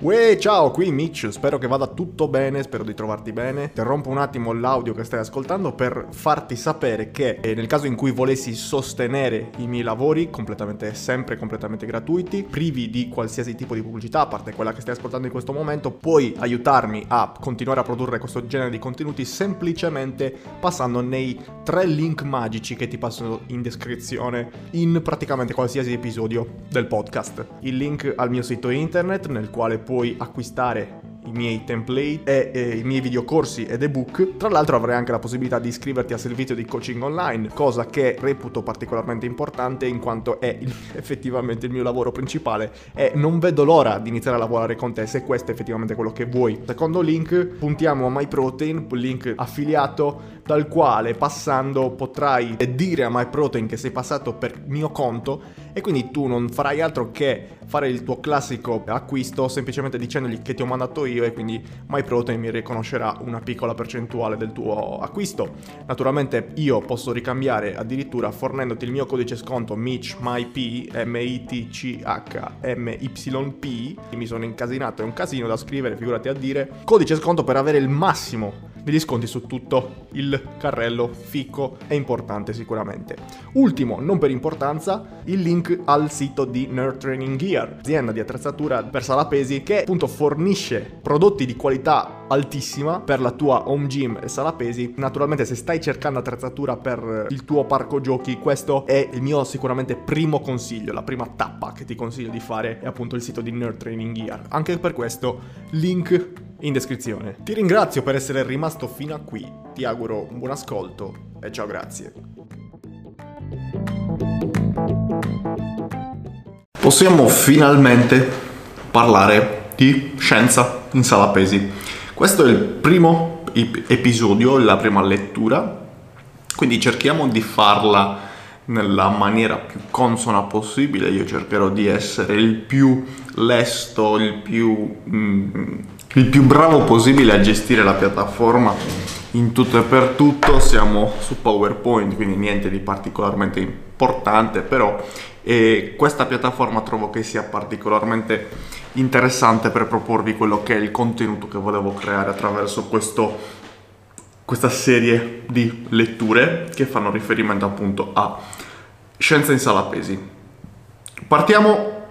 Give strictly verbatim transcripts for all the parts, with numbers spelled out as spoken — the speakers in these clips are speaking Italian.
Uè, ciao, qui Mitch, spero che vada tutto bene, spero di trovarti bene. Interrompo un attimo l'audio che stai ascoltando per farti sapere che eh, nel caso in cui volessi sostenere i miei lavori, completamente, sempre completamente gratuiti, privi di qualsiasi tipo di pubblicità, a parte quella che stai ascoltando in questo momento, puoi aiutarmi a continuare a produrre questo genere di contenuti semplicemente passando nei tre link magici che ti passo in descrizione in praticamente qualsiasi episodio del podcast. Il link al mio sito internet nel quale puoi puoi acquistare i miei template e, e i miei videocorsi ed ebook. Tra l'altro avrai anche la possibilità di iscriverti al servizio di coaching online, cosa che reputo particolarmente importante in quanto è il, effettivamente il mio lavoro principale e non vedo l'ora di iniziare a lavorare con te se questo è effettivamente quello che vuoi. Secondo link puntiamo a MyProtein, link affiliato dal quale passando potrai dire a MyProtein che sei passato per mio conto e quindi tu non farai altro che fare il tuo classico acquisto semplicemente dicendogli che ti ho mandato io e quindi MyProtein mi riconoscerà una piccola percentuale del tuo acquisto. Naturalmente io posso ricambiare addirittura fornendoti il mio codice sconto MitchMyP, M I T C H M Y P. Mi sono incasinato, è un casino da scrivere, figurati a dire. Codice sconto per avere il massimo degli sconti su tutto il carrello, ficco è importante sicuramente. Ultimo, non per importanza, il link al sito di Nerd Training Gear, azienda di attrezzatura per sala pesi che appunto fornisce prodotti di qualità altissima per la tua home gym e sala pesi. Naturalmente se stai cercando attrezzatura per il tuo parco giochi, questo è il mio sicuramente primo consiglio, la prima tappa che ti consiglio di fare è appunto il sito di Nerd Training Gear. Anche per questo link in descrizione. Ti ringrazio per essere rimasto fino a qui, ti auguro un buon ascolto e ciao, grazie. Possiamo finalmente parlare di scienza in sala pesi. Questo è il primo episodio, la prima lettura, quindi cerchiamo di farla nella maniera più consona possibile. Io cercherò di essere il più lesto, il più, mm, il più bravo possibile a gestire la piattaforma in tutto e per tutto. Siamo su PowerPoint, quindi niente di particolarmente importante, però e questa piattaforma trovo che sia particolarmente interessante per proporvi quello che è il contenuto che volevo creare attraverso questo, questa serie di letture che fanno riferimento appunto a scienza in sala pesi. Partiamo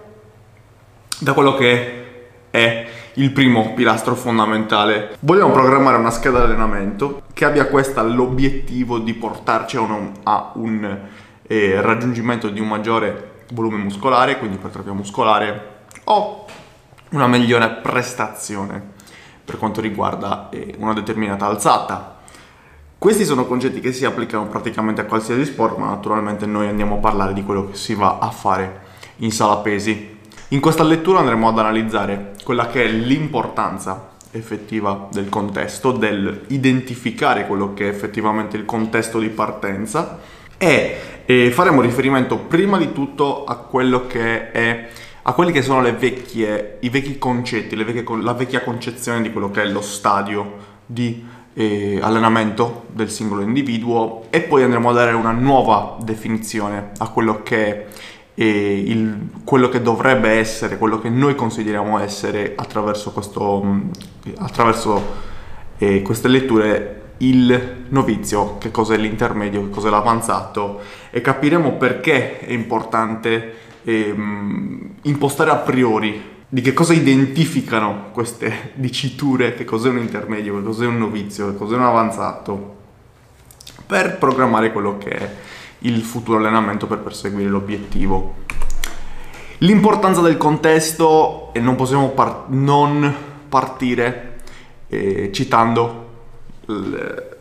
da quello che è il primo pilastro fondamentale. Vogliamo programmare una scheda di allenamento che abbia questa l'obiettivo di portarci a un, a un eh, raggiungimento di un maggiore volume muscolare, quindi ipertrofia muscolare, o una migliore prestazione per quanto riguarda eh, una determinata alzata. Questi sono concetti che si applicano praticamente a qualsiasi sport, ma naturalmente noi andiamo a parlare di quello che si va a fare in sala pesi. In questa lettura andremo ad analizzare quella che è l'importanza effettiva del contesto, del identificare quello che è effettivamente il contesto di partenza e, e faremo riferimento prima di tutto a quello che è a quelli che sono le vecchie, i vecchi concetti, le vecchie, la vecchia concezione di quello che è lo stadio di eh, allenamento del singolo individuo, e poi andremo a dare una nuova definizione a quello che è eh, il, quello che dovrebbe essere, quello che noi consideriamo essere attraverso, questo, attraverso eh, queste letture il novizio, che cos'è l'intermedio, che cos'è l'avanzato, e capiremo perché è importante ehm, impostare a priori di che cosa identificano queste diciture, che cos'è un intermedio, che cos'è un novizio, che cos'è un avanzato, per programmare quello che è il futuro allenamento per perseguire l'obiettivo. L'importanza del contesto, e non possiamo par- non partire eh, citando il,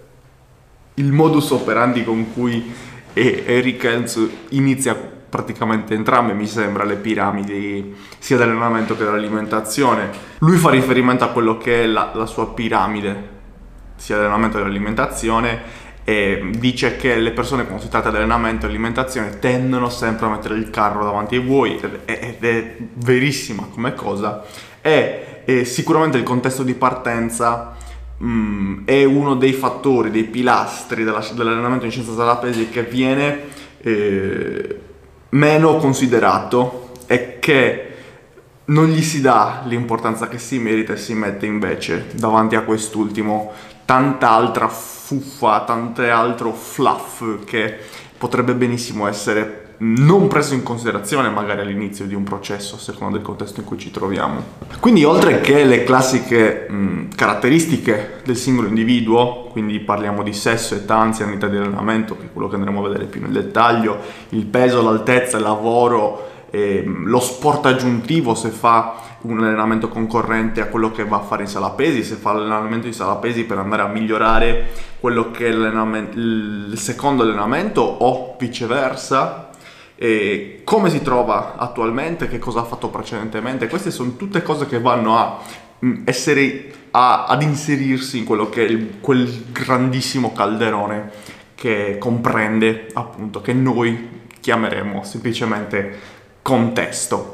il modus operandi con cui eh, Eric Helms inizia praticamente entrambe, mi sembra, le piramidi sia dell'allenamento che dell'alimentazione. Lui fa riferimento a quello che è la, la sua piramide sia dell'allenamento che dell'alimentazione, e dice che le persone, quando si tratta di allenamento e alimentazione, tendono sempre a mettere il carro davanti ai buoi, ed è, ed è verissima come cosa. E, e sicuramente il contesto di partenza mh, è uno dei fattori, dei pilastri della, dell'allenamento in scienza sala pesi che viene eh, meno considerato, e che non gli si dà l'importanza che si merita e si mette invece davanti a quest'ultimo tanta altra fuffa, tante altro fluff che potrebbe benissimo essere non preso in considerazione magari all'inizio di un processo a seconda del contesto in cui ci troviamo. Quindi oltre che le classiche mh, caratteristiche del singolo individuo, quindi parliamo di sesso, età, anzianità di allenamento, che è quello che andremo a vedere più nel dettaglio, il peso, l'altezza, il lavoro, eh, lo sport aggiuntivo se fa un allenamento concorrente a quello che va a fare in sala pesi, se fa l'allenamento in sala pesi per andare a migliorare quello che è il secondo allenamento o viceversa, e come si trova attualmente, che cosa ha fatto precedentemente. Queste sono tutte cose che vanno a essere a, ad inserirsi in quello che è il, quel grandissimo calderone che comprende, appunto, che noi chiameremo semplicemente contesto.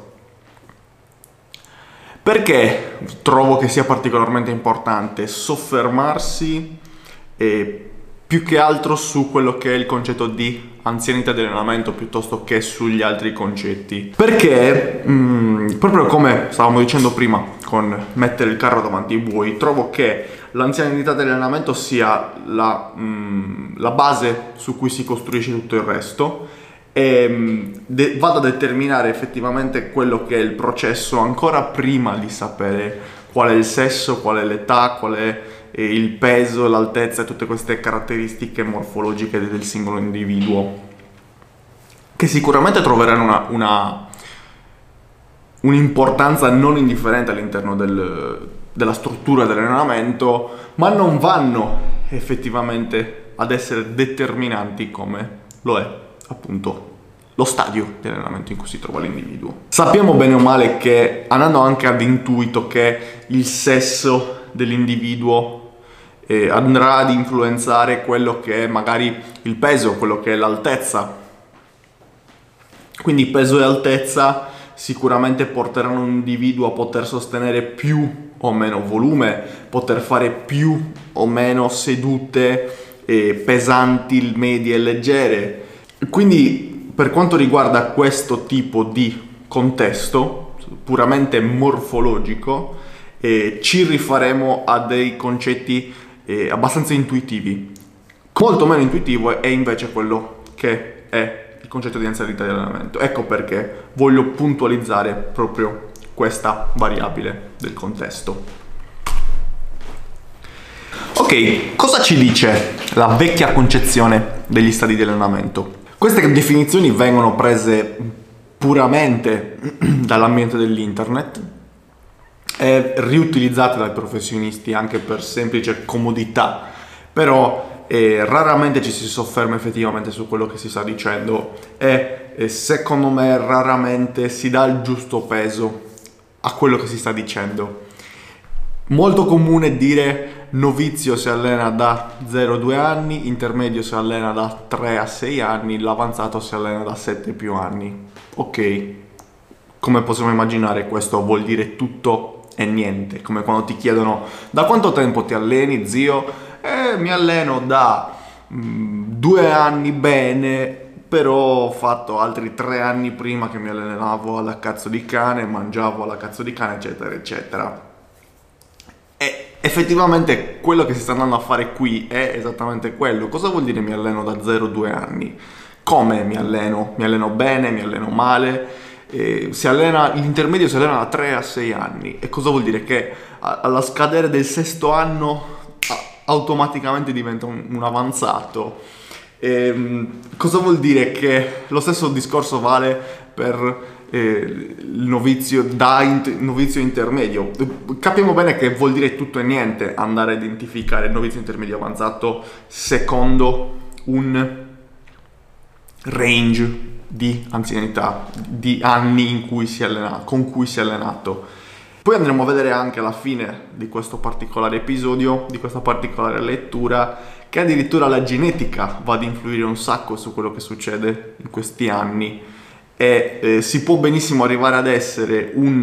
Perché trovo che sia particolarmente importante soffermarsi eh, più che altro su quello che è il concetto di anzianità di allenamento piuttosto che sugli altri concetti? Perché, mh, proprio come stavamo dicendo prima, con mettere il carro davanti ai buoi, trovo che l'anzianità di allenamento sia la, mh, la base su cui si costruisce tutto il resto e de- vado a determinare effettivamente quello che è il processo ancora prima di sapere qual è il sesso, qual è l'età, qual è eh, il peso, l'altezza e tutte queste caratteristiche morfologiche del singolo individuo, che sicuramente troveranno una, una, un'importanza non indifferente all'interno del, della struttura dell'allenamento, ma non vanno effettivamente ad essere determinanti come lo è appunto lo stadio di allenamento in cui si trova l'individuo. Sappiamo bene o male che, andando anche ad intuito, che il sesso dell'individuo eh, andrà ad influenzare quello che è magari il peso, quello che è l'altezza. Quindi peso e altezza sicuramente porteranno un individuo a poter sostenere più o meno volume, poter fare più o meno sedute eh, pesanti, medie e leggere. Quindi per quanto riguarda questo tipo di contesto puramente morfologico, eh, ci rifaremo a dei concetti eh, abbastanza intuitivi. Molto meno intuitivo è invece quello che è il concetto di anzianità di allenamento. Ecco perché voglio puntualizzare proprio questa variabile del contesto. Ok, cosa ci dice la vecchia concezione degli stadi di allenamento? Queste definizioni vengono prese puramente dall'ambiente dell'internet e riutilizzate dai professionisti anche per semplice comodità, però eh, raramente ci si sofferma effettivamente su quello che si sta dicendo e eh, secondo me raramente si dà il giusto peso a quello che si sta dicendo. Molto comune dire novizio si allena da zero a due anni, intermedio si allena da tre a sei anni, l'avanzato si allena da sette più anni. Ok, come possiamo immaginare questo vuol dire tutto e niente, come quando ti chiedono da quanto tempo ti alleni, zio? Eh, mi alleno da mh, due anni bene, però ho fatto altri tre anni prima che mi allenavo alla cazzo di cane, mangiavo alla cazzo di cane, eccetera, eccetera. E effettivamente quello che si sta andando a fare qui è esattamente quello. Cosa vuol dire mi alleno da zero a due anni? Come mi alleno? Mi alleno bene? Mi alleno male? Eh, si allena, l'intermedio si allena da tre a sei anni. E cosa vuol dire? Che alla scadere del sesto anno automaticamente diventa un, un avanzato. E, cosa vuol dire? Che lo stesso discorso vale per Eh, il novizio da int- novizio intermedio. Capiamo bene che vuol dire tutto e niente andare a identificare il novizio intermedio avanzato secondo un range di anzianità, di anni in cui si è allenato, con cui si è allenato. Poi andremo a vedere anche alla fine di questo particolare episodio, di questa particolare lettura, che addirittura la genetica va ad influire un sacco su quello che succede in questi anni. E eh, si può benissimo arrivare ad essere un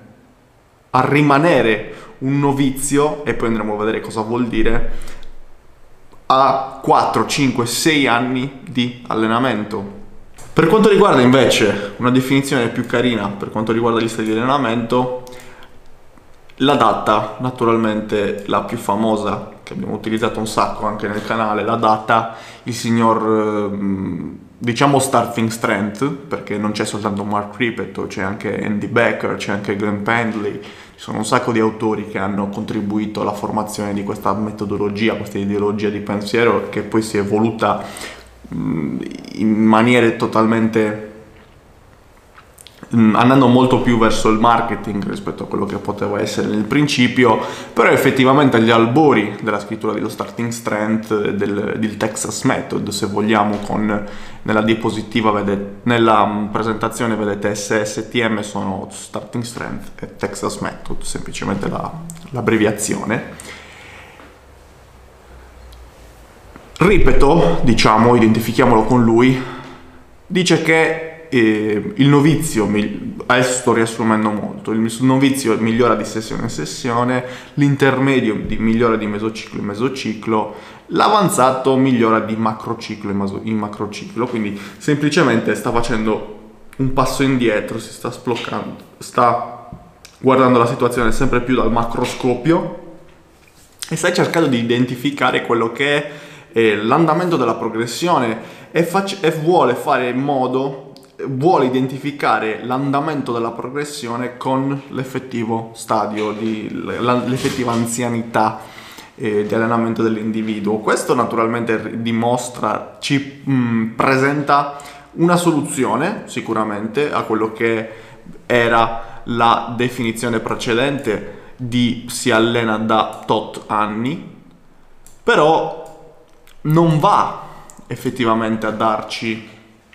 a rimanere un novizio, e poi andremo a vedere cosa vuol dire, a quattro, cinque, sei anni di allenamento. Per quanto riguarda invece una definizione più carina, per quanto riguarda gli stadi di allenamento, la data, naturalmente la più famosa, che abbiamo utilizzato un sacco anche nel canale, la data, il signor, diciamo, starting strength, perché non c'è soltanto Mark Rippetoe, c'è anche Andy Becker, c'è anche Glenn Pendley, ci sono un sacco di autori che hanno contribuito alla formazione di questa metodologia, questa ideologia di pensiero che poi si è evoluta in maniere totalmente andando molto più verso il marketing rispetto a quello che poteva essere nel principio, però effettivamente agli albori della scrittura dello starting strength del, del Texas Method, se vogliamo, con nella diapositiva vedete, nella presentazione vedete S S T M sono starting strength e Texas Method, semplicemente la, l'abbreviazione. Ripeto, diciamo, identifichiamolo con lui, dice che eh, il novizio, adesso sto riassumendo molto, il novizio migliora di sessione in sessione, l'intermedio di, migliora di mesociclo in mesociclo, l'avanzato migliora di macrociclo in, maso, in macrociclo, quindi semplicemente sta facendo un passo indietro, si sta sbloccando, sta guardando la situazione sempre più dal macroscopio e sta cercando di identificare quello che è l'andamento della progressione e, fac- e vuole fare in modo, vuole identificare l'andamento della progressione con l'effettivo stadio, di, l'effettiva anzianità eh, di allenamento dell'individuo. Questo naturalmente dimostra, ci mh, presenta una soluzione sicuramente a quello che era la definizione precedente di si allena da tot anni, però non va effettivamente a darci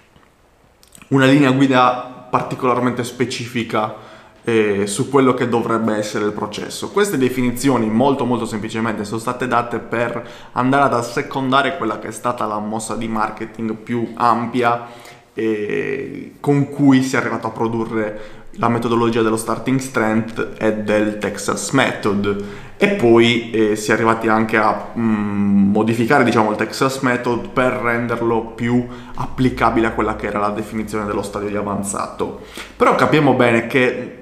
una linea guida particolarmente specifica eh, su quello che dovrebbe essere il processo. Queste definizioni molto molto semplicemente sono state date per andare ad assecondare quella che è stata la mossa di marketing più ampia eh, con cui si è arrivato a produrre la metodologia dello starting strength e del Texas Method, e poi eh, si è arrivati anche a mm, modificare, diciamo, il Texas Method per renderlo più applicabile a quella che era la definizione dello stadio di avanzato. Però capiamo bene che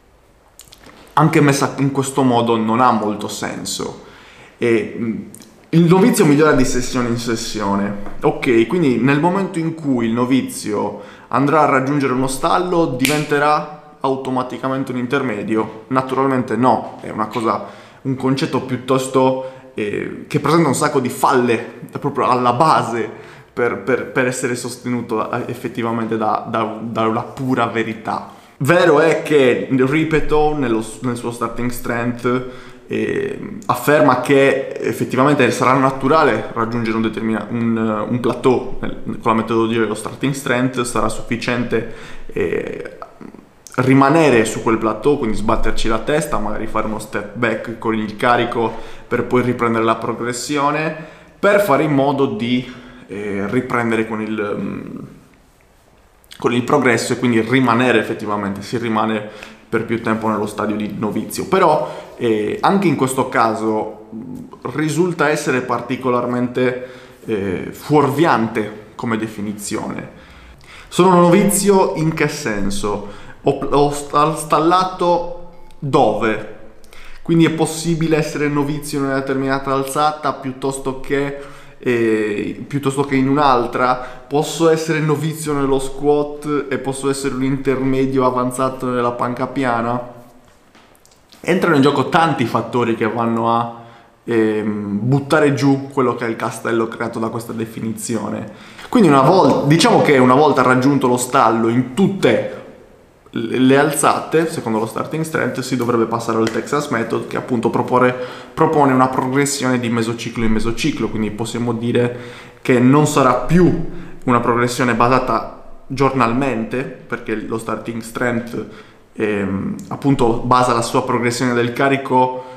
anche messa in questo modo non ha molto senso. E, mm, il novizio migliora di sessione in sessione. Ok, quindi nel momento in cui il novizio andrà a raggiungere uno stallo diventerà automaticamente un intermedio? Naturalmente no, è una cosa, un concetto piuttosto eh, che presenta un sacco di falle proprio alla base per, per, per essere sostenuto effettivamente da, da, da una pura verità. Vero è che, ripeto, nello, nel suo starting strength eh, afferma che effettivamente sarà naturale raggiungere un, determina- un, un plateau con la metodologia dello starting strength, sarà sufficiente eh, rimanere su quel plateau, quindi sbatterci la testa, magari fare uno step back con il carico per poi riprendere la progressione, per fare in modo di eh, riprendere con il, um, con il progresso e quindi rimanere effettivamente, si rimane per più tempo nello stadio di novizio. Però eh, anche in questo caso risulta essere particolarmente eh, fuorviante come definizione. Sono un novizio in che senso? Ho, ho stallato dove? Quindi è possibile essere novizio in una determinata alzata piuttosto che, eh, piuttosto che in un'altra? Posso essere novizio nello squat e posso essere un intermedio avanzato nella panca piana? Entrano in gioco tanti fattori che vanno a eh, buttare giù quello che è il castello creato da questa definizione. Quindi una volta, diciamo che una volta raggiunto lo stallo in tutte le alzate, secondo lo starting strength, si dovrebbe passare al Texas Method, che appunto propone, propone una progressione di mesociclo in mesociclo, quindi possiamo dire che non sarà più una progressione basata giornalmente, perché lo starting strength ehm, appunto basa la sua progressione del carico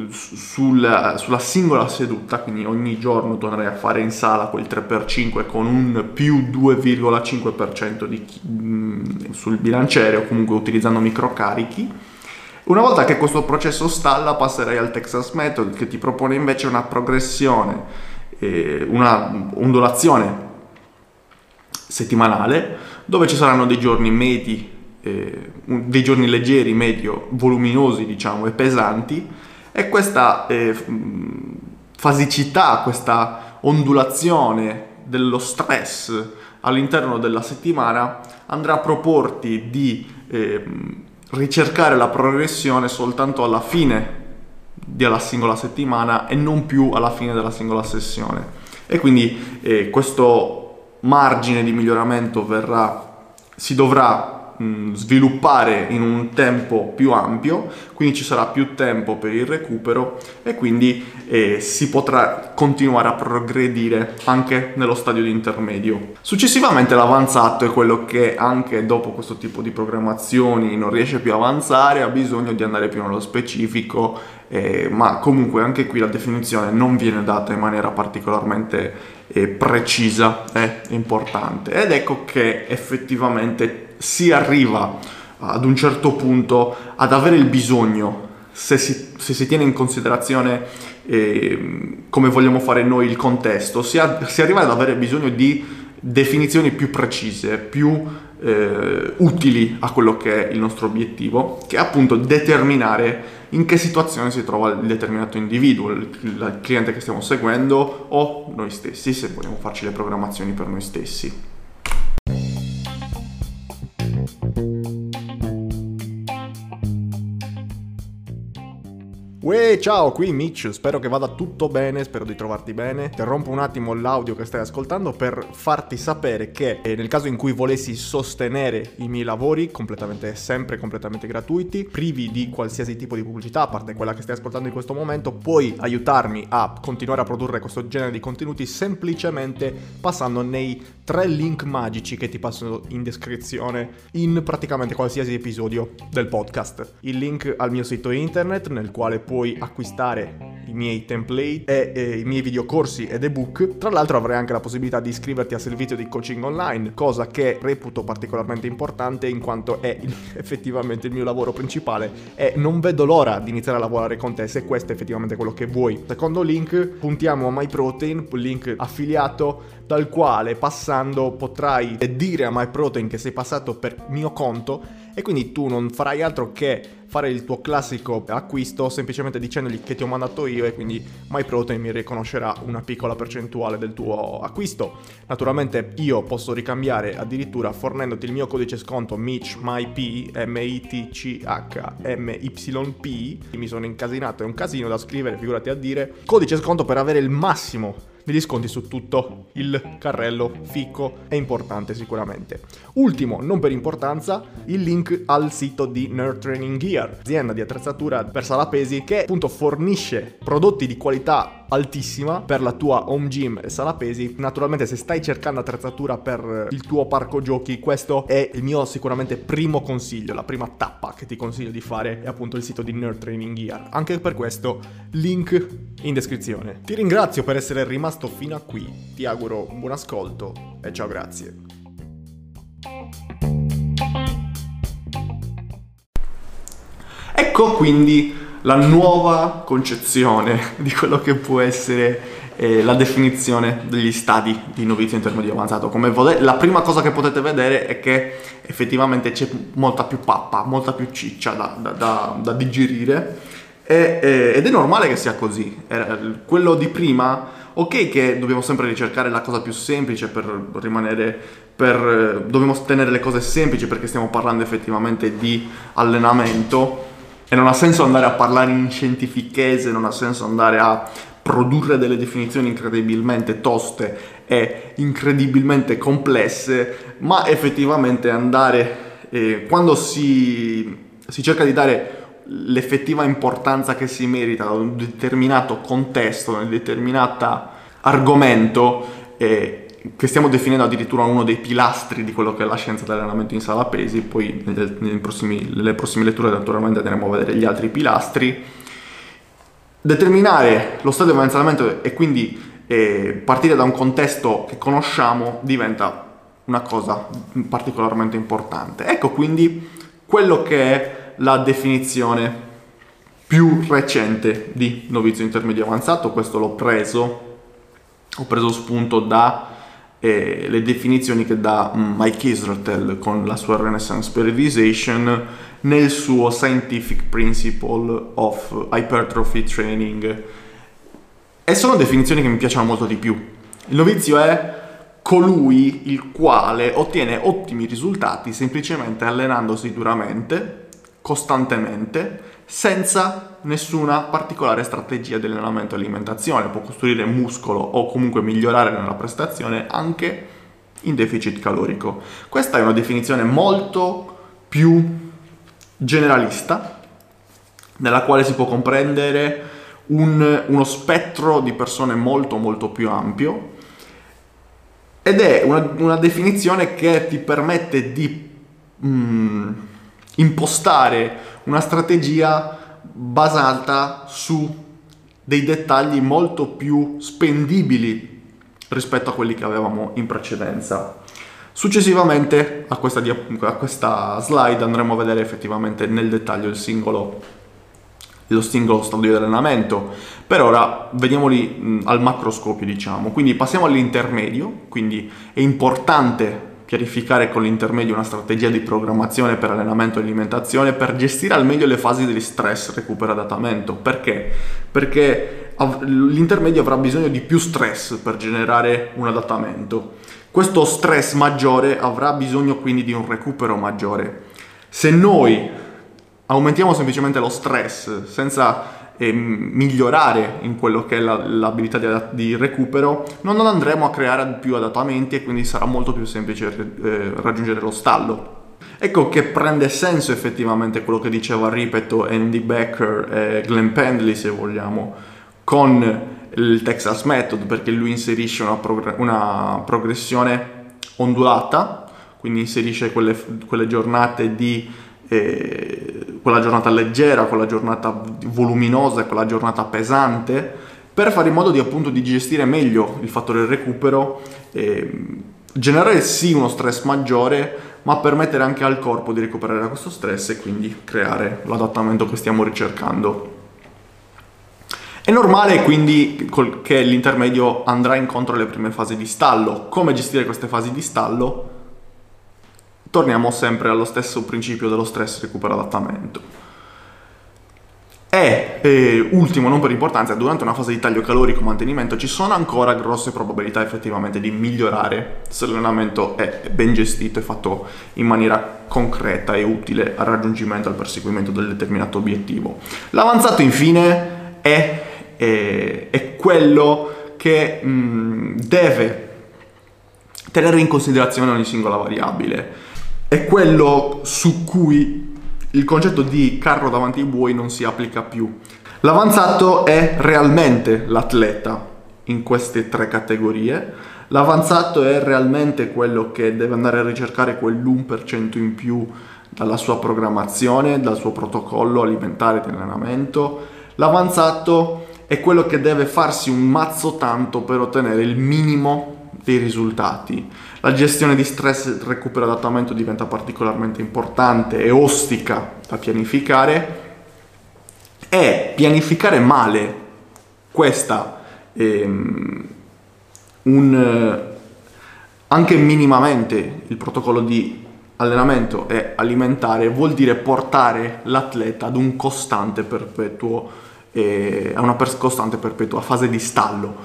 Sulla, sulla singola seduta, quindi ogni giorno tu andrai a fare in sala quel tre per cinque con un più due virgola cinque per cento di, mh, sul bilanciere, o comunque utilizzando microcarichi. Una volta che questo processo stalla, passerai al Texas Method, che ti propone invece una progressione, eh, una ondulazione settimanale, dove ci saranno dei giorni medi, eh, dei giorni leggeri, medio, voluminosi, diciamo, e pesanti, e questa eh, fasicità, questa ondulazione dello stress all'interno della settimana andrà a proporti di eh, ricercare la progressione soltanto alla fine della singola settimana e non più alla fine della singola sessione. E quindi eh, questo margine di miglioramento verrà, si dovrà mh, sviluppare in un tempo più ampio, quindi ci sarà più tempo per il recupero e quindi eh, si potrà continuare a progredire anche nello stadio di intermedio. Successivamente l'avanzato è quello che anche dopo questo tipo di programmazioni non riesce più a avanzare, ha bisogno di andare più nello specifico, eh, ma comunque anche qui la definizione non viene data in maniera particolarmente eh, precisa e importante, ed ecco che effettivamente si arriva ad un certo punto ad avere il bisogno, se si, se si tiene in considerazione eh, come vogliamo fare noi il contesto, si, a, si arriva ad avere bisogno di definizioni più precise, più eh, utili a quello che è il nostro obiettivo, che è appunto determinare in che situazione si trova il determinato individuo, il, il cliente che stiamo seguendo o noi stessi, se vogliamo farci le programmazioni per noi stessi. Uè, ciao, qui Mitch, spero che vada tutto bene, spero di trovarti bene. Interrompo un attimo l'audio che stai ascoltando per farti sapere che eh, nel caso in cui volessi sostenere i miei lavori, completamente, sempre completamente gratuiti, privi di qualsiasi tipo di pubblicità, a parte quella che stai ascoltando in questo momento, puoi aiutarmi a continuare a produrre questo genere di contenuti semplicemente passando nei tre link magici che ti passo in descrizione in praticamente qualsiasi episodio del podcast. Il link al mio sito internet, nel quale puoi puoi acquistare i miei template e, e i miei videocorsi ed ebook. Tra l'altro avrai anche la possibilità di iscriverti al servizio di coaching online, cosa che reputo particolarmente importante in quanto è il, effettivamente il mio lavoro principale e non vedo l'ora di iniziare a lavorare con te se questo è effettivamente quello che vuoi. Secondo link puntiamo a MyProtein, link affiliato dal quale passando potrai dire a MyProtein che sei passato per mio conto e quindi tu non farai altro che fare il tuo classico acquisto semplicemente dicendogli che ti ho mandato io e quindi MyProtein mi riconoscerà una piccola percentuale del tuo acquisto. Naturalmente io posso ricambiare addirittura fornendoti il mio codice sconto MitchMyP, M I T C H M Y P. Mi sono incasinato, è un casino da scrivere, figurati a dire. Codice sconto per avere il massimo degli sconti su tutto il carrello ficco, è importante sicuramente. Ultimo, non per importanza, il link al sito di Nerd Training Gear, azienda di attrezzatura per sala pesi che appunto fornisce prodotti di qualità altissima per la tua home gym e sala pesi. Naturalmente se stai cercando attrezzatura per il tuo parco giochi, questo è il mio sicuramente primo consiglio, la prima tappa che ti consiglio di fare è appunto il sito di Nerd Training Gear. Anche per questo link in descrizione. Ti ringrazio per essere rimasto fino a qui, ti auguro un buon ascolto e ciao, grazie. Ecco quindi la nuova concezione di quello che può essere eh, la definizione degli stadi di novizio intermedio avanzato. Come vode- la prima cosa che potete vedere è che effettivamente c'è molta più pappa, molta più ciccia da, da, da, da digerire e, eh, ed è normale che sia così. Era quello di prima. Ok che dobbiamo sempre ricercare la cosa più semplice per rimanere, per, dobbiamo tenere le cose semplici perché stiamo parlando effettivamente di allenamento e non ha senso andare a parlare in scientifichese, non ha senso andare a produrre delle definizioni incredibilmente toste e incredibilmente complesse, ma effettivamente andare, eh, quando si, si cerca di dare l'effettiva importanza che si merita da un determinato contesto, un determinato argomento eh, che stiamo definendo addirittura uno dei pilastri di quello che è la scienza dell'allenamento in sala pesi. Poi nelle, nelle, prossimi, nelle prossime letture naturalmente andremo a vedere gli altri pilastri. Determinare lo stadio di avanzamento e quindi eh, partire da un contesto che conosciamo diventa una cosa particolarmente importante. Ecco quindi quello che è la definizione più recente di novizio intermedio avanzato. Questo l'ho preso, ho preso spunto da eh, le definizioni che dà Mike Israetel con la sua Renaissance Periodization nel suo Scientific Principle of Hypertrophy Training. E sono definizioni che mi piacciono molto di più. Il novizio è colui il quale ottiene ottimi risultati semplicemente allenandosi duramente, costantemente, senza nessuna particolare strategia di allenamento e alimentazione. Può costruire muscolo o comunque migliorare nella prestazione anche in deficit calorico. Questa è una definizione molto più generalista, nella quale si può comprendere un, uno spettro di persone molto molto più ampio, ed è una, una definizione che ti permette di mm, impostare una strategia basata su dei dettagli molto più spendibili rispetto a quelli che avevamo in precedenza. Successivamente a questa, a questa slide andremo a vedere effettivamente nel dettaglio il singolo, lo singolo stadio di allenamento. Per ora vediamoli mh, al macroscopio, diciamo. Quindi passiamo all'intermedio. Quindi è importante pianificare con l'intermedio una strategia di programmazione per allenamento e alimentazione per gestire al meglio le fasi di stress, recupero e adattamento. Perché? Perché av- l'intermedio avrà bisogno di più stress per generare un adattamento. Questo stress maggiore avrà bisogno quindi di un recupero maggiore. Se noi aumentiamo semplicemente lo stress senza eh, migliorare in quello che è la, l'abilità di, di recupero, non andremo a creare più adattamenti e quindi sarà molto più semplice eh, raggiungere lo stallo. Ecco che prende senso effettivamente quello che diceva, ripeto, Andy Becker e Glenn Pendley, se vogliamo, con il Texas Method, perché lui inserisce una, progr- una progressione ondulata, quindi inserisce quelle, quelle giornate di eh, quella giornata leggera, quella giornata voluminosa e quella giornata pesante, per fare in modo di appunto di gestire meglio il fattore del recupero, eh, generare sì uno stress maggiore, ma permettere anche al corpo di recuperare da questo stress e quindi creare l'adattamento che stiamo ricercando. È normale quindi che l'intermedio andrà incontro alle prime fasi di stallo. Come gestire queste fasi di stallo? Torniamo sempre allo stesso principio dello stress, recupero, adattamento. E eh, ultimo, non per importanza, durante una fase di taglio calorico mantenimento ci sono ancora grosse probabilità effettivamente di migliorare se l'allenamento è ben gestito e fatto in maniera concreta e utile al raggiungimento e al perseguimento del determinato obiettivo. L'avanzato infine è è quello che mh, deve tenere in considerazione ogni singola variabile, è quello su cui il concetto di carro davanti ai buoi non si applica più. L'avanzato è realmente l'atleta in queste tre categorie. L'avanzato è realmente quello che deve andare a ricercare quell'uno per cento in più dalla sua programmazione, dal suo protocollo alimentare di allenamento. L'avanzato è quello che deve farsi un mazzo tanto per ottenere il minimo dei risultati. La gestione di stress, recupero e adattamento diventa particolarmente importante e ostica da pianificare, e pianificare male questa ehm, un, anche minimamente il protocollo di allenamento e alimentare vuol dire portare l'atleta ad un costante perpetuo a una costante perpetua fase di stallo.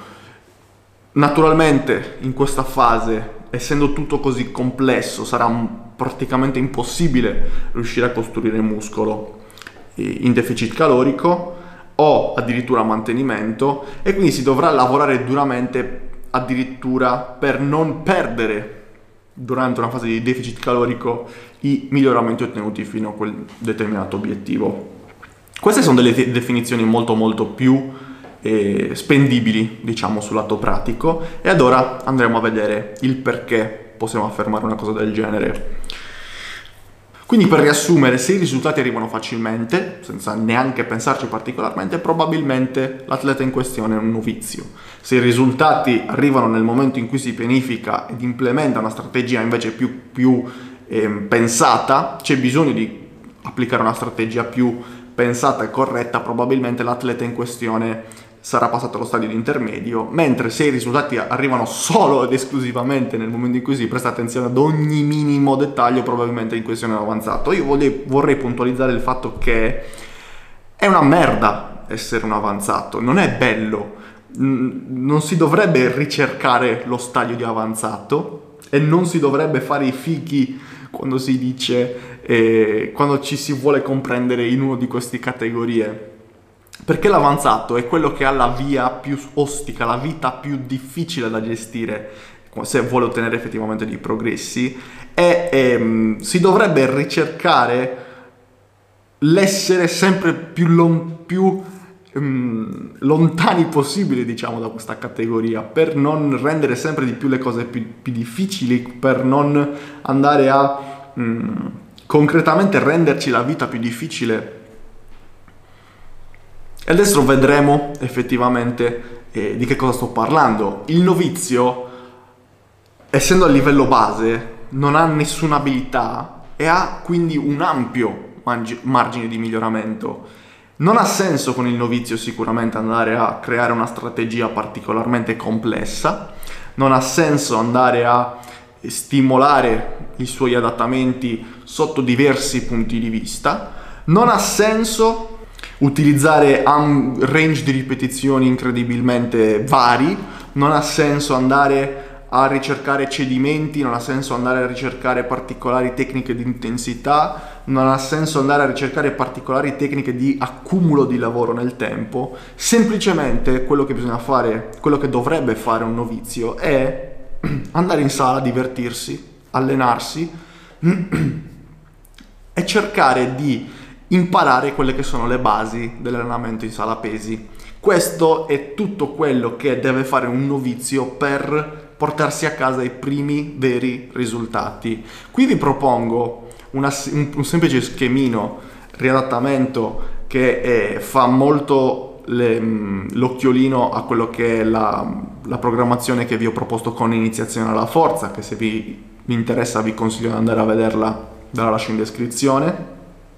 Naturalmente in questa fase, essendo tutto così complesso, sarà praticamente impossibile riuscire a costruire muscolo in deficit calorico o addirittura a mantenimento, e quindi si dovrà lavorare duramente addirittura per non perdere durante una fase di deficit calorico i miglioramenti ottenuti fino a quel determinato obiettivo. Queste sono delle te- definizioni molto molto più eh, spendibili, diciamo, sul lato pratico, e ad ora andremo a vedere il perché possiamo affermare una cosa del genere. Quindi, per riassumere, se i risultati arrivano facilmente, senza neanche pensarci particolarmente, probabilmente l'atleta in questione è un novizio. Se i risultati arrivano nel momento in cui si pianifica ed implementa una strategia invece più, più eh, pensata, c'è bisogno di applicare una strategia più pensata e corretta, probabilmente l'atleta in questione sarà passato allo stadio di intermedio, mentre se i risultati arrivano solo ed esclusivamente nel momento in cui si presta attenzione ad ogni minimo dettaglio, probabilmente in questione è avanzato. Io vorrei, vorrei puntualizzare il fatto che è una merda essere un avanzato, non è bello, non si dovrebbe ricercare lo stadio di avanzato e non si dovrebbe fare i fighi quando si dice, eh, quando ci si vuole comprendere in una di queste categorie. Perché l'avanzato è quello che ha la via più ostica, la vita più difficile da gestire se vuole ottenere effettivamente dei progressi, e ehm, si dovrebbe ricercare l'essere sempre più, lon- più um, lontani possibile, diciamo, da questa categoria, per non rendere sempre di più le cose più, più difficili, per non andare a um, concretamente renderci la vita più difficile. E adesso vedremo effettivamente eh, di che cosa sto parlando. Il novizio, essendo a livello base, non ha nessuna abilità e ha quindi un ampio mangi- margine di miglioramento. Non ha senso con il novizio sicuramente andare a creare una strategia particolarmente complessa, non ha senso andare a stimolare i suoi adattamenti sotto diversi punti di vista, non ha senso utilizzare un range di ripetizioni incredibilmente vari, non ha senso andare a ricercare cedimenti, non ha senso andare a ricercare particolari tecniche di intensità, non ha senso andare a ricercare particolari tecniche di accumulo di lavoro nel tempo. Semplicemente quello che bisogna fare, quello che dovrebbe fare un novizio è andare in sala, divertirsi, allenarsi e cercare di imparare quelle che sono le basi dell'allenamento in sala pesi. Questo è tutto quello che deve fare un novizio per portarsi a casa i primi veri risultati. Qui vi propongo una, un, un semplice schemino riadattamento che è, fa molto le, l'occhiolino a quello che è la, la programmazione che vi ho proposto con iniziazione alla forza, che se vi, vi interessa vi consiglio di andare a vederla, ve la lascio in descrizione.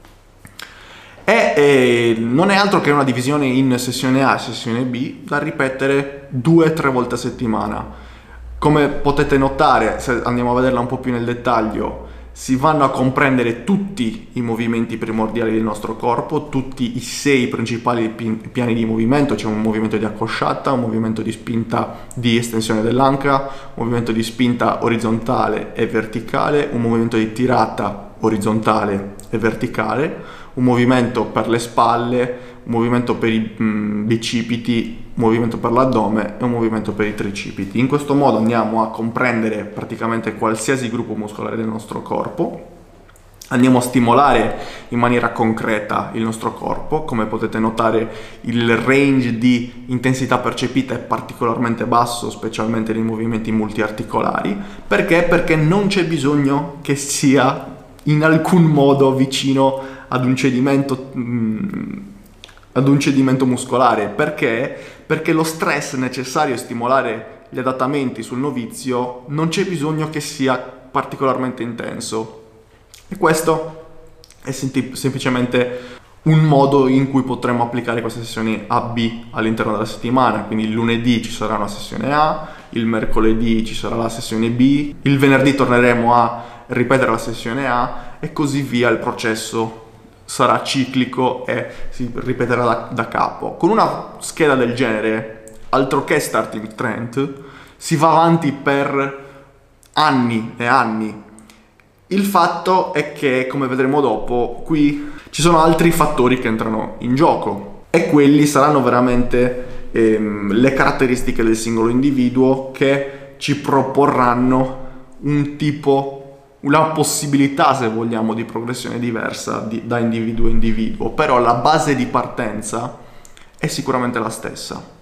E eh, non è altro che una divisione in sessione A e sessione B da ripetere due o tre volte a settimana. Come potete notare, se andiamo a vederla un po' più nel dettaglio, si vanno a comprendere tutti i movimenti primordiali del nostro corpo, tutti i sei principali pi- piani di movimento. C'è un movimento di accosciata, un movimento di spinta di estensione dell'anca, un movimento di spinta orizzontale e verticale, un movimento di tirata orizzontale e verticale, un movimento per le spalle, un movimento per i mh, bicipiti, un movimento per l'addome e un movimento per i tricipiti. In questo modo andiamo a comprendere praticamente qualsiasi gruppo muscolare del nostro corpo, andiamo a stimolare in maniera concreta il nostro corpo. Come potete notare, il range di intensità percepita è particolarmente basso, specialmente nei movimenti multiarticolari. Perché? Perché non c'è bisogno che sia in alcun modo vicino ad un cedimento mh, ad un cedimento muscolare. Perché? Perché lo stress necessario a stimolare gli adattamenti sul novizio non c'è bisogno che sia particolarmente intenso, e questo è senti- semplicemente un modo in cui potremo applicare queste sessioni A B all'interno della settimana. Quindi il lunedì ci sarà una sessione A, il mercoledì ci sarà la sessione B, il venerdì torneremo a ripetere la sessione A e così via. Il processo sarà ciclico e si ripeterà da, da capo. Con una scheda del genere, altro che starting strength, si va avanti per anni e anni. Il fatto è che, come vedremo dopo, qui ci sono altri fattori che entrano in gioco, e quelli saranno veramente ehm, le caratteristiche del singolo individuo che ci proporranno un tipo, una possibilità, se vogliamo, di progressione diversa di, da individuo a individuo. Però la base di partenza è sicuramente la stessa.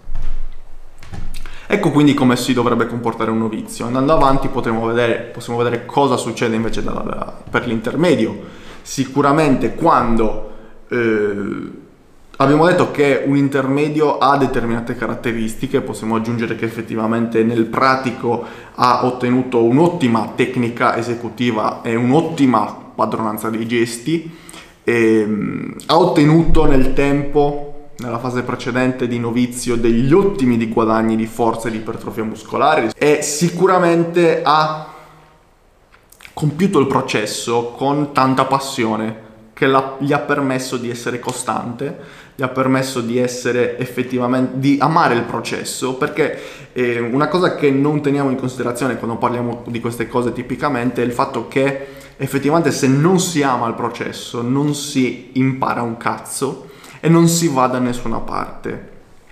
Ecco quindi come si dovrebbe comportare un novizio. Andando avanti potremo vedere, possiamo vedere cosa succede invece da, da, per l'intermedio. Sicuramente quando eh, abbiamo detto che un intermedio ha determinate caratteristiche, possiamo aggiungere che effettivamente nel pratico ha ottenuto un'ottima tecnica esecutiva e un'ottima padronanza dei gesti, e, ha ottenuto nel tempo nella fase precedente di novizio degli ottimi di guadagni di forza e di ipertrofia muscolare e sicuramente ha compiuto il processo con tanta passione che la, gli ha permesso di essere costante, gli ha permesso di essere effettivamente, di amare il processo, perché eh, una cosa che non teniamo in considerazione quando parliamo di queste cose tipicamente è il fatto che effettivamente se non si ama il processo non si impara un cazzo e non si va da nessuna parte.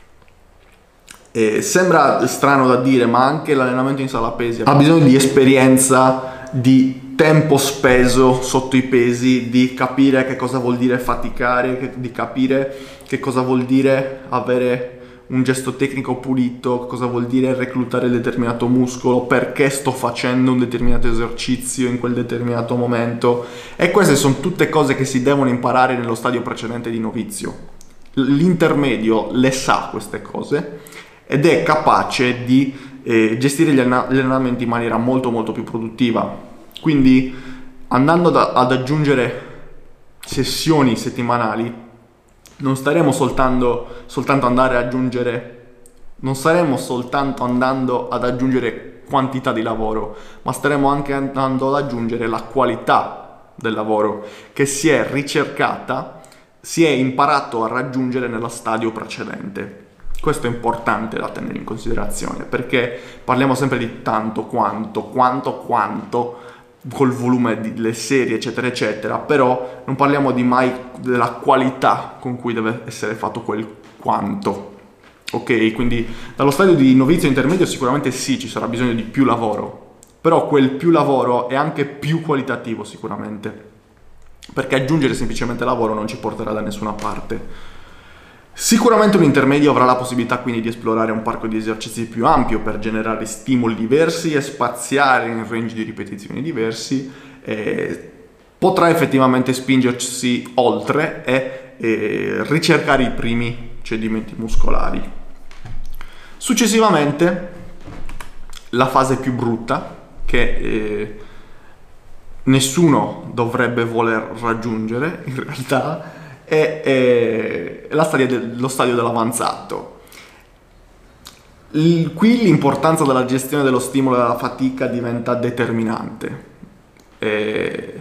E sembra strano da dire, ma anche l'allenamento in sala pesi ha bisogno di esperienza, di tempo speso sotto i pesi, di capire che cosa vuol dire faticare, di capire che cosa vuol dire avere un gesto tecnico pulito, cosa vuol dire reclutare determinato muscolo, perché sto facendo un determinato esercizio in quel determinato momento. E queste sono tutte cose che si devono imparare nello stadio precedente di novizio. L'intermedio le sa queste cose ed è capace di eh, gestire gli allenamenti in maniera molto molto più produttiva. Quindi andando da, ad aggiungere sessioni settimanali non staremo soltanto, soltanto andare ad aggiungere, non staremo soltanto andando ad aggiungere quantità di lavoro, ma staremo anche andando ad aggiungere la qualità del lavoro che si è ricercata, si è imparato a raggiungere nello stadio precedente. Questo è importante da tenere in considerazione, perché parliamo sempre di tanto quanto, quanto quanto, col volume delle serie eccetera eccetera, però non parliamo di mai della qualità con cui deve essere fatto quel quanto. Ok, quindi dallo stadio di novizio intermedio sicuramente sì, ci sarà bisogno di più lavoro, però quel più lavoro è anche più qualitativo sicuramente, perché aggiungere semplicemente lavoro non ci porterà da nessuna parte. Sicuramente un intermedio avrà la possibilità quindi di esplorare un parco di esercizi più ampio per generare stimoli diversi e spaziare in range di ripetizioni diversi, e potrà effettivamente spingersi oltre e, e ricercare i primi cedimenti muscolari. Successivamente la fase più brutta che eh, nessuno dovrebbe voler raggiungere in realtà è, è la stadia del, lo stadio dell'avanzato. Il, qui l'importanza della gestione dello stimolo e della fatica diventa determinante. E,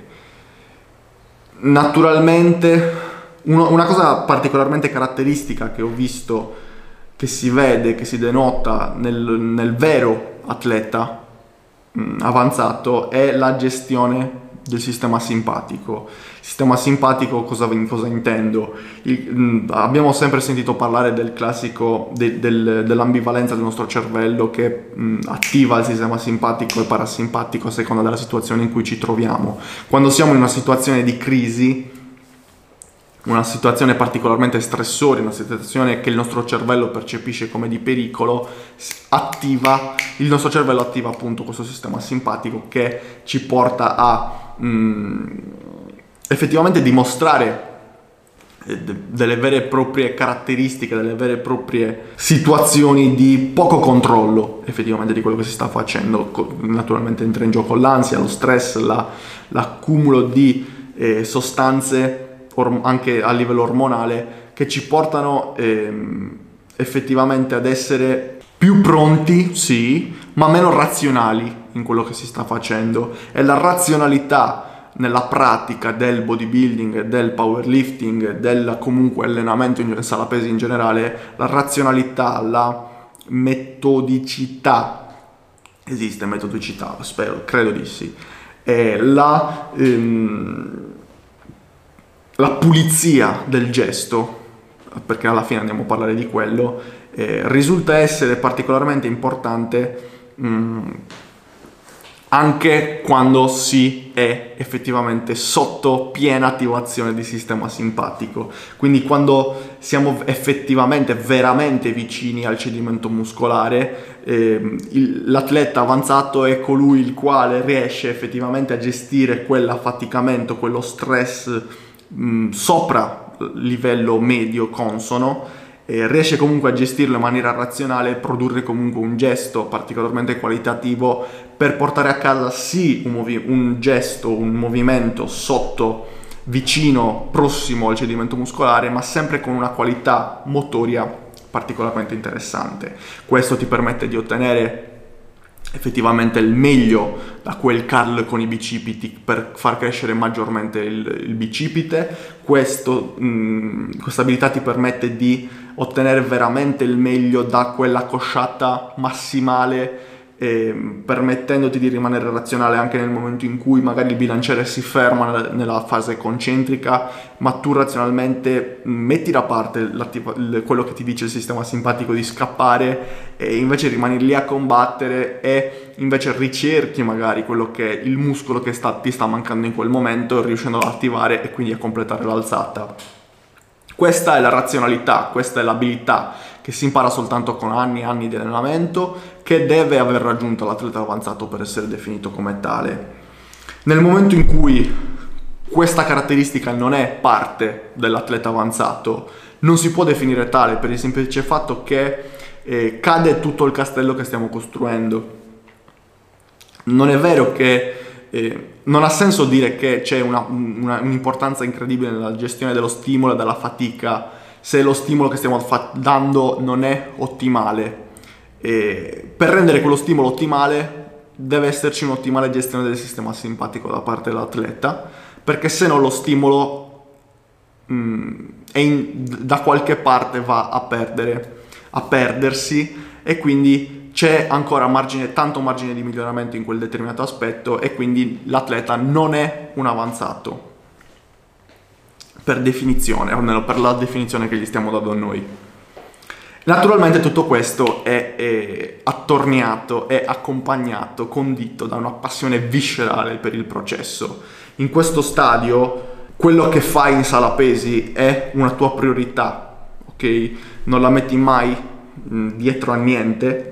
naturalmente uno, una cosa particolarmente caratteristica che ho visto, che si vede, che si denota nel, nel vero atleta mh, avanzato, è la gestione del sistema simpatico. Sistema simpatico cosa, cosa intendo? Il, mh, abbiamo sempre sentito parlare del classico de, del, dell'ambivalenza del nostro cervello che mh, attiva il sistema simpatico e parasimpatico a seconda della situazione in cui ci troviamo. Quando siamo in una situazione di crisi, una situazione particolarmente stressore, una situazione che il nostro cervello percepisce come di pericolo, attiva, il nostro cervello attiva appunto questo sistema simpatico che ci porta a mh, effettivamente dimostrare delle vere e proprie caratteristiche, delle vere e proprie situazioni di poco controllo effettivamente di quello che si sta facendo. Naturalmente entra in gioco l'ansia, lo stress, la, l'accumulo di eh, sostanze anche a livello ormonale che ci portano ehm, effettivamente ad essere più pronti, sì, ma meno razionali in quello che si sta facendo. E la razionalità nella pratica del bodybuilding, del powerlifting, del comunque allenamento in sala pesi in generale, la razionalità, la metodicità, esiste metodicità, spero, credo di sì, e la... Ehm, la pulizia del gesto, perché alla fine andiamo a parlare di quello, eh, risulta essere particolarmente importante mh, anche quando si è effettivamente sotto piena attivazione di sistema simpatico. Quindi quando siamo effettivamente veramente vicini al cedimento muscolare, eh, il, l'atleta avanzato è colui il quale riesce effettivamente a gestire quell'affaticamento, quello stress mh, sopra livello medio consono, e riesce comunque a gestirlo in maniera razionale e produrre comunque un gesto particolarmente qualitativo per portare a casa sì un, movi- un gesto, un movimento sotto vicino, prossimo al cedimento muscolare, ma sempre con una qualità motoria particolarmente interessante. Questo ti permette di ottenere effettivamente il meglio da quel curl con i bicipiti per far crescere maggiormente il, il bicipite. Questo, mh, questa abilità ti permette di ottenere veramente il meglio da quella cosciata massimale, eh, permettendoti di rimanere razionale anche nel momento in cui magari il bilanciere si ferma nella, nella fase concentrica, ma tu razionalmente metti da parte il, quello che ti dice il sistema simpatico di scappare e invece rimani lì a combattere e invece ricerchi magari quello che è il muscolo che sta, ti sta mancando in quel momento, riuscendo ad attivare e quindi a completare l'alzata. Questa è la razionalità, questa è l'abilità che si impara soltanto con anni e anni di allenamento, che deve aver raggiunto l'atleta avanzato per essere definito come tale. Nel momento in cui questa caratteristica non è parte dell'atleta avanzato, non si può definire tale per il semplice fatto che eh, cade tutto il castello che stiamo costruendo. Non è vero che eh, non ha senso dire che c'è una, una, un'importanza incredibile nella gestione dello stimolo e della fatica se lo stimolo che stiamo fa- dando non è ottimale. E per rendere quello stimolo ottimale deve esserci un'ottimale gestione del sistema simpatico da parte dell'atleta, perché se no lo stimolo mh, è in, da qualche parte va a perdere, a perdersi, e quindi c'è ancora margine, tanto margine di miglioramento in quel determinato aspetto, e quindi l'atleta non è un avanzato per definizione, o almeno per la definizione che gli stiamo dando noi. Naturalmente tutto questo è, è attorniato, è accompagnato, condito da una passione viscerale per il processo. In questo stadio quello che fai in sala pesi è una tua priorità, ok? Non la metti mai mh, dietro a niente.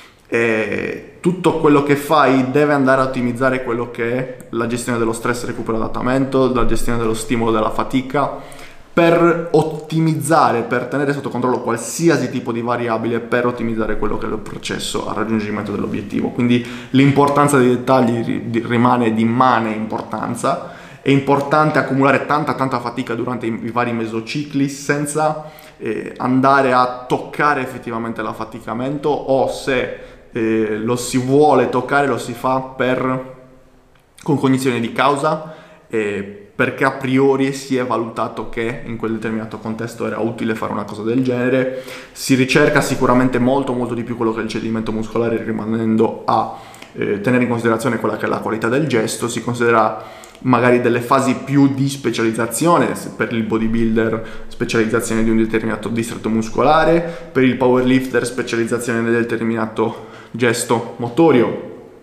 E tutto quello che fai deve andare a ottimizzare quello che è la gestione dello stress, recupero e adattamento, la gestione dello stimolo, della fatica, per ottimizzare, per tenere sotto controllo qualsiasi tipo di variabile, per ottimizzare quello che è il processo al raggiungimento dell'obiettivo. Quindi l'importanza dei dettagli rimane di immane importanza. È importante accumulare tanta tanta fatica durante i, i vari mesocicli senza eh, andare a toccare effettivamente l'affaticamento, o se eh, lo si vuole toccare lo si fa per con cognizione di causa, eh, perché a priori si è valutato che in quel determinato contesto era utile fare una cosa del genere. Si ricerca sicuramente molto molto di più quello che è il cedimento muscolare, rimanendo a eh, tenere in considerazione quella che è la qualità del gesto. Si considera magari delle fasi più di specializzazione, per il bodybuilder specializzazione di un determinato distretto muscolare, per il powerlifter specializzazione nel determinato gesto motorio,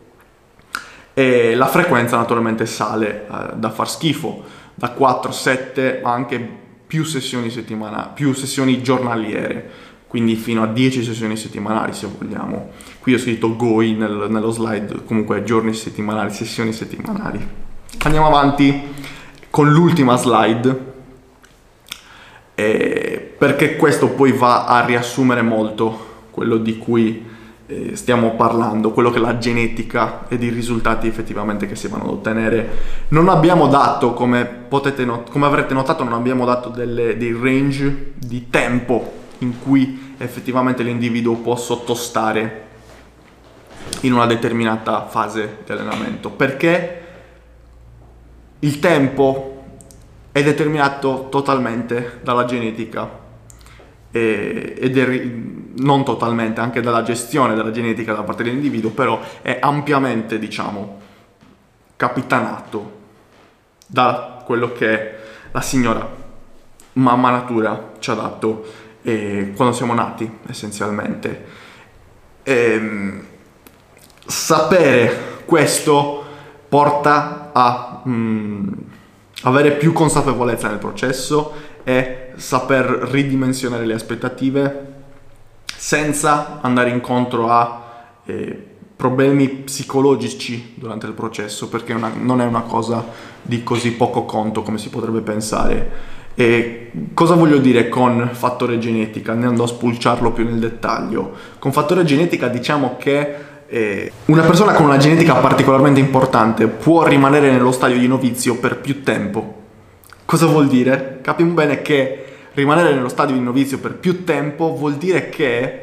e la frequenza naturalmente sale eh, da far schifo, da quattro sette ma anche più sessioni settimanali, più sessioni giornaliere, quindi fino a dieci sessioni settimanali se vogliamo. Qui ho scritto G O I nel, nello slide, comunque giorni settimanali, sessioni settimanali. Andiamo avanti con l'ultima slide, eh, perché questo poi va a riassumere molto quello di cui eh, stiamo parlando, quello che è la genetica ed i risultati effettivamente che si vanno ad ottenere. Non abbiamo dato, come potete not- come avrete notato, non abbiamo dato delle, dei range di tempo in cui effettivamente l'individuo può sottostare in una determinata fase di allenamento, perché il tempo è determinato totalmente dalla genetica e, ed è non totalmente, anche dalla gestione della genetica da parte dell'individuo, però è ampiamente, diciamo, capitanato da quello che la signora mamma natura ci ha dato eh, quando siamo nati, essenzialmente. E, sapere questo porta a mh, avere più consapevolezza nel processo e saper ridimensionare le aspettative senza andare incontro a eh, problemi psicologici durante il processo, perché una, non è una cosa di così poco conto come si potrebbe pensare. E cosa voglio dire con fattore genetica? Andando a spulciarlo più nel dettaglio. Con fattore genetica diciamo che Eh, una persona con una genetica particolarmente importante può rimanere nello stadio di novizio per più tempo Cosa vuol dire? Capiamo bene che rimanere nello stadio di novizio per più tempo vuol dire che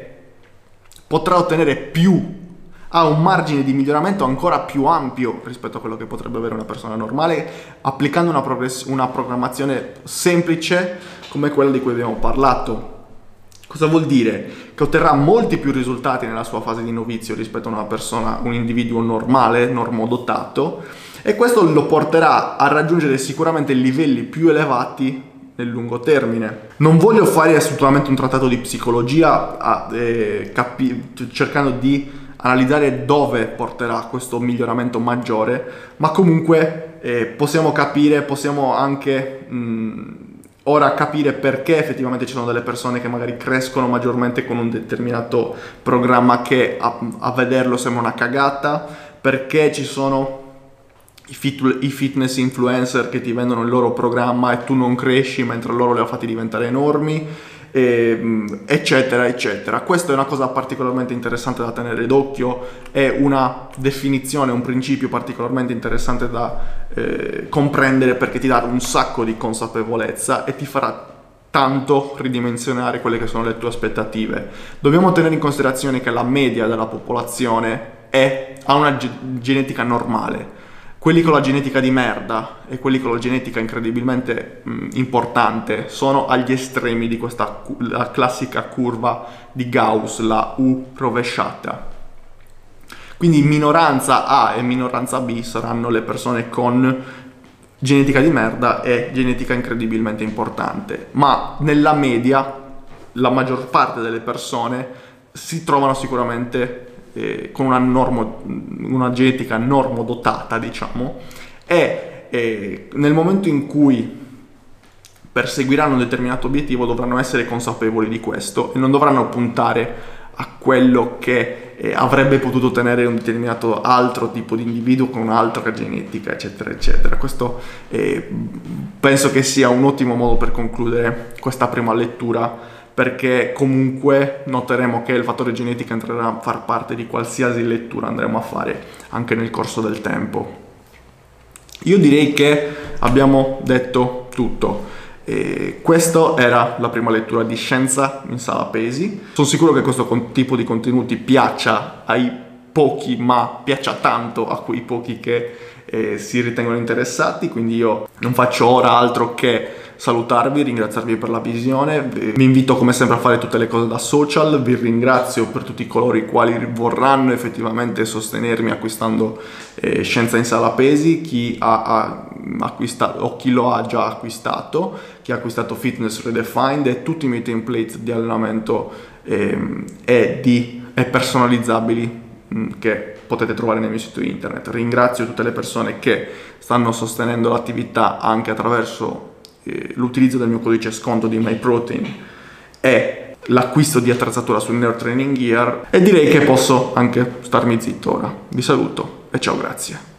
potrà ottenere più, ha un margine di miglioramento ancora più ampio rispetto a quello che potrebbe avere una persona normale, applicando una, progress- una programmazione semplice come quella di cui abbiamo parlato. Cosa vuol dire? Che otterrà molti più risultati nella sua fase di novizio rispetto a una persona, un individuo normale, normodotato, e questo lo porterà a raggiungere sicuramente livelli più elevati nel lungo termine. Non voglio fare assolutamente un trattato di psicologia a, eh, capi- cercando di analizzare dove porterà questo miglioramento maggiore, ma comunque eh, possiamo capire, possiamo anche mh, ora capire perché effettivamente ci sono delle persone che magari crescono maggiormente con un determinato programma che a, a vederlo sembra una cagata, perché ci sono I, fit- i fitness influencer che ti vendono il loro programma e tu non cresci mentre loro li ha fatti diventare enormi, e, eccetera eccetera. Questa è una cosa particolarmente interessante da tenere d'occhio, è una definizione, un principio particolarmente interessante da eh, comprendere, perché ti dà un sacco di consapevolezza e ti farà tanto ridimensionare quelle che sono le tue aspettative. Dobbiamo tenere in considerazione che la media della popolazione è, ha una ge- genetica normale. Quelli con la genetica di merda e quelli con la genetica incredibilmente mh, importante sono agli estremi di questa cu- la classica curva di Gauss, la U rovesciata. Quindi minoranza A e minoranza B saranno le persone con genetica di merda e genetica incredibilmente importante, ma nella media la maggior parte delle persone si trovano sicuramente Eh, con una, normo, una genetica normodotata, diciamo, e eh, nel momento in cui perseguiranno un determinato obiettivo dovranno essere consapevoli di questo e non dovranno puntare a quello che eh, avrebbe potuto ottenere un determinato altro tipo di individuo con un'altra genetica, eccetera eccetera. Questo eh, penso che sia un ottimo modo per concludere questa prima lettura, perché comunque noteremo che il fattore genetica entrerà a far parte di qualsiasi lettura andremo a fare anche nel corso del tempo. Io direi che abbiamo detto tutto. E questa era la prima lettura di Scienza in Sala Pesi. Sono sicuro che questo con- tipo di contenuti piaccia ai pochi, ma piaccia tanto a quei pochi che eh, si ritengono interessati, quindi io non faccio ora altro che salutarvi, ringraziarvi per la visione. Vi invito come sempre a fare tutte le cose da social. Vi ringrazio per tutti coloro i quali vorranno effettivamente sostenermi acquistando eh, Scienza in Sala Pesi, chi ha, ha acquistato o chi lo ha già acquistato, chi ha acquistato Fitness Redefined e tutti i miei template di allenamento eh, e, di, e personalizzabili mh, che potete trovare nel mio sito internet. Ringrazio tutte le persone che stanno sostenendo l'attività anche attraverso l'utilizzo del mio codice sconto di MyProtein e l'acquisto di attrezzatura sul Neo Training Gear, e direi che posso anche starmi zitto ora. Vi saluto e ciao, grazie.